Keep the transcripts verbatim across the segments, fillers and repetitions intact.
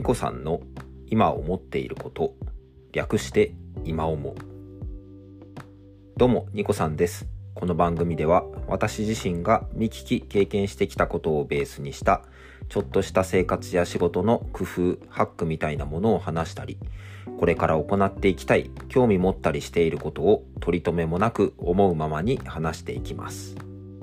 ニコさんの今思っていること、略して今思う。どうもニコさんです。この番組では私自身が見聞き経験してきたことをベースにしたちょっとした生活や仕事の工夫、ハックみたいなものを話したり、これから行っていきたい、興味持ったりしていることを取り留めもなく思うままに話していきます。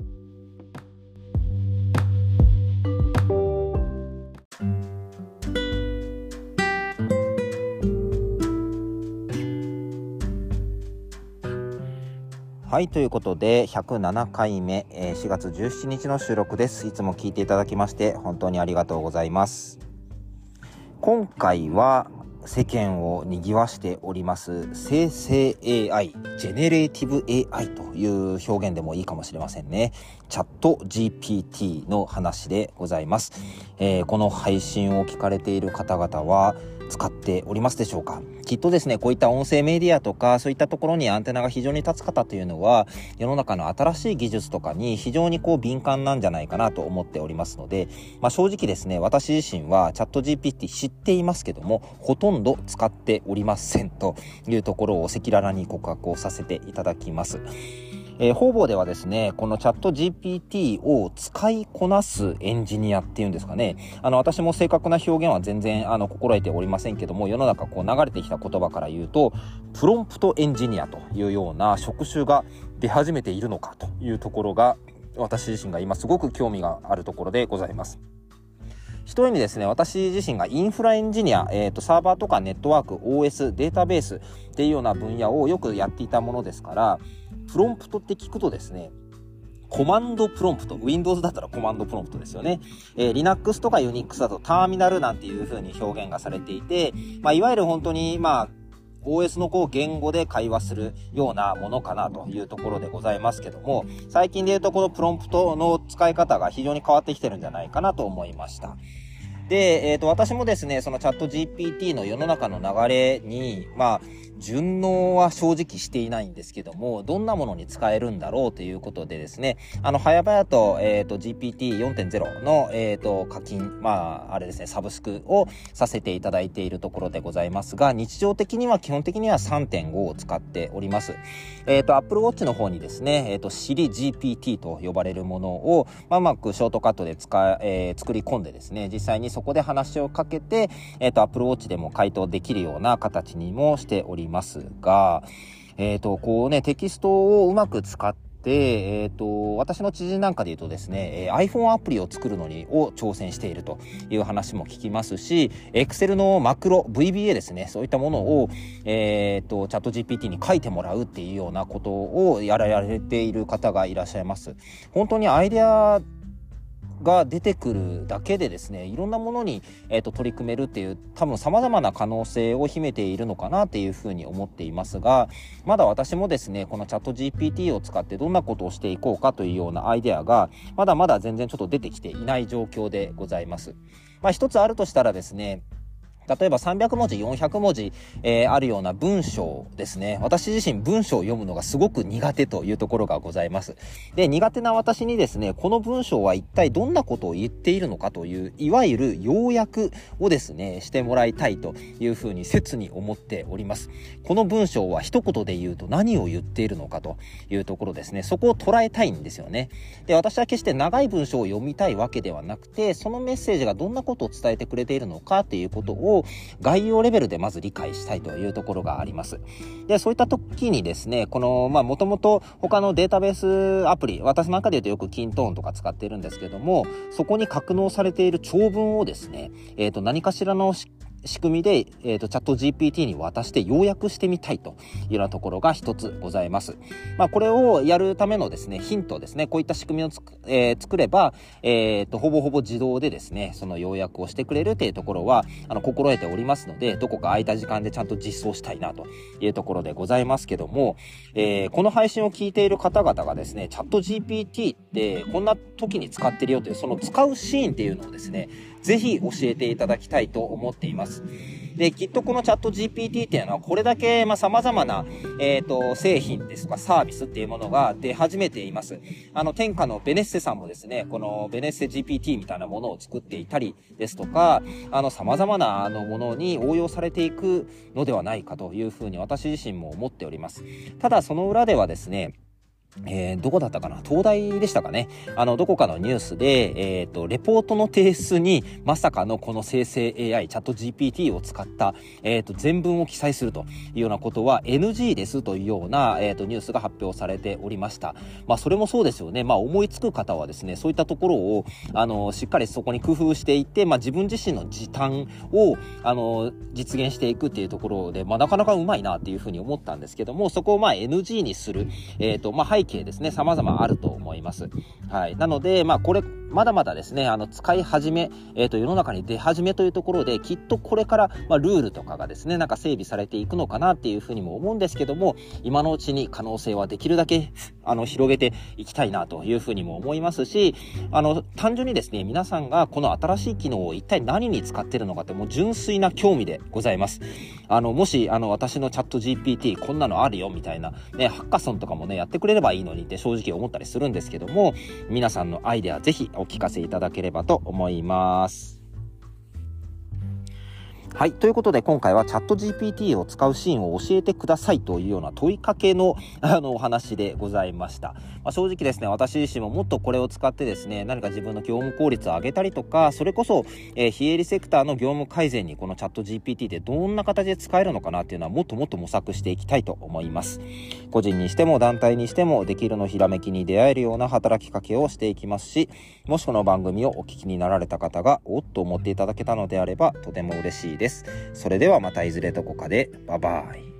はい、ということでひゃくななかいめ、しがつじゅうしちにちの収録です。いつも聞いていただきまして本当にありがとうございます。今回は世間を賑わしております生成 エーアイ、ジェネレーティブ エーアイ という表現でもいいかもしれませんね。チャット ジーピーティー の話でございます。えー、この配信を聞かれている方々は使っておりますでしょうか。きっとですね、こういった音声メディアとかそういったところにアンテナが非常に立つ方というのは、世の中の新しい技術とかに非常にこう敏感なんじゃないかなと思っておりますので、まあ、正直ですね、私自身はチャット ジーピーティー 知っていますけども、ほとんど使っておりませんというところを赤裸々に告白をさせていただきます。えー、方々ではですね、このチャット ジーピーティー を使いこなすエンジニアっていうんですかね、あの私も正確な表現は全然あの心得ておりませんけども、世の中こう流れてきた言葉から言うとプロンプトエンジニアというような職種が出始めているのかというところが、私自身が今すごく興味があるところでございます。一重にですね、私自身がインフラエンジニア、えーと、サーバーとかネットワーク、オーエス、データベースっていうような分野をよくやっていたものですから、プロンプトって聞くとですね、コマンドプロンプト、Windows だったらコマンドプロンプトですよね。えー、Linux とか Unix だとターミナルなんていう風に表現がされていて、まあ、いわゆる本当に、まあ、オーエス のこう言語で会話するようなものかなというところでございますけども、最近で言うとこのプロンプトの使い方が非常に変わってきてるんじゃないかなと思いました。で、えっと、私もですね、そのチャット ジーピーティー の世の中の流れに、まあ、順応は正直していないんですけども、どんなものに使えるんだろうということでですね、あの、早々と、えっと、ジーピーティーよんてんゼロ の、えっと、課金、まあ、あれですね、サブスクをさせていただいているところでございますが、日常的には基本的には さんてんご を使っております。えっと、Apple Watch の方にですね、えっと、Siri ジーピーティー と呼ばれるものを、まあ、うまくショートカットで使い、えー、作り込んでですね、実際にそこで話をかけて、えっと、Apple Watch でも回答できるような形にもしておりますが、えっと、こうね、テキストをうまく使ってで、えっと、私の知人なんかで言うとですね、えー、iPhone アプリを作るのにを挑戦しているという話も聞きますし、Excel のマクロ、ブイビーエー ですね、そういったものを、えっと、チャット ジーピーティー に書いてもらうっていうようなことをやられている方がいらっしゃいます。本当にアイデアが出てくるだけでですね、いろんなものに、えーと、取り組めるっていう、多分様々な可能性を秘めているのかなっていうふうに思っていますが、まだ私もですね、このチャット ジーピーティー を使ってどんなことをしていこうかというようなアイデアがまだまだ全然ちょっと出てきていない状況でございます。まあ一つあるとしたらですね、例えばさんびゃくもじ、よんひゃくもじ、えー、あるような文章ですね。私自身文章を読むのがすごく苦手というところがございます。で、苦手な私にですね、この文章は一体どんなことを言っているのかという、いわゆる要約をですね、してもらいたいというふうに切に思っております。この文章は一言で言うと何を言っているのかというところですね。そこを捉えたいんですよね。で、私は決して長い文章を読みたいわけではなくて、そのメッセージがどんなことを伝えてくれているのかということを概要レベルでまず理解したいというところがあります。で、そういった時にですね、この、まあ、もともと他のデータベースアプリ、私なんかで言うとよくキントーンとか使っているんですけども、そこに格納されている長文をですね、えっと、何かしらの仕組みで、えっと、チャット ジーピーティー に渡して要約してみたいというようなところが一つございます。まあ、これをやるためのですね、ヒントですね、こういった仕組みをつく、えー、作れば、えっと、ほぼほぼ自動でですね、その要約をしてくれるというところは、あの、心得ておりますので、どこか空いた時間でちゃんと実装したいなというところでございますけども、えー、この配信を聞いている方々がですね、チャット ジーピーティー ってこんな時に使ってるよという、その使うシーンっていうのをですね、ぜひ教えていただきたいと思っています。 で、きっとこのチャット ジーピーティー っていうのはこれだけまあ様々な、えっと、製品ですとかサービスっていうものが出始めています。あの、天下のベネッセさんもですね、このベネッセ ジーピーティー みたいなものを作っていたりですとか、あの、様々なあのものに応用されていくのではないかというふうに私自身も思っております。ただその裏ではですね、えー、どこだったかな、東大でしたかね。あの、どこかのニュースで、えっと、レポートの提出に、まさかのこの生成 エーアイ、チャット ジーピーティー を使った、えっと、全文を記載するというようなことは エヌジー ですというような、えっと、ニュースが発表されておりました。まあ、それもそうですよね。まあ、思いつく方はですね、そういったところを、あの、しっかりそこに工夫していって、まあ、自分自身の時短を、あの、実現していくっていうところで、まあ、なかなかうまいなっていうふうに思ったんですけども、そこをまあ、エヌジー にする、えっと、まあ、背景ですね、様々あると思います。はい。なので、まあ、これ、まだまだですね、あの、使い始め、えっと、世の中に出始めというところで、きっとこれから、まあ、ルールとかがですね、なんか整備されていくのかなっていうふうにも思うんですけども、今のうちに可能性はできるだけ、あの、広げていきたいなというふうにも思いますし、あの、単純にですね、皆さんがこの新しい機能を一体何に使ってるのかって、もう純粋な興味でございます。あの、もし、あの、私のチャット ジーピーティー こんなのあるよ、みたいな、ね、ハッカソンとかもね、やってくれればいいのにって正直思ったりするんですけども、皆さんのアイデアぜひお聞かせいただければと思います。はい。ということで、今回はチャット ジーピーティー を使うシーンを教えてくださいというような問いかけの、あの、お話でございました。まあ、正直ですね、私自身ももっとこれを使ってですね、何か自分の業務効率を上げたりとか、それこそ、えー、非営利セクターの業務改善にこのチャット ジーピーティー でどんな形で使えるのかなっていうのはもっともっと模索していきたいと思います。個人にしても団体にしてもできるのひらめきに出会えるような働きかけをしていきますし、もしこの番組をお聞きになられた方がおっと思っていただけたのであればとても嬉しいです。それではまたいずれどこかで。バイバイ。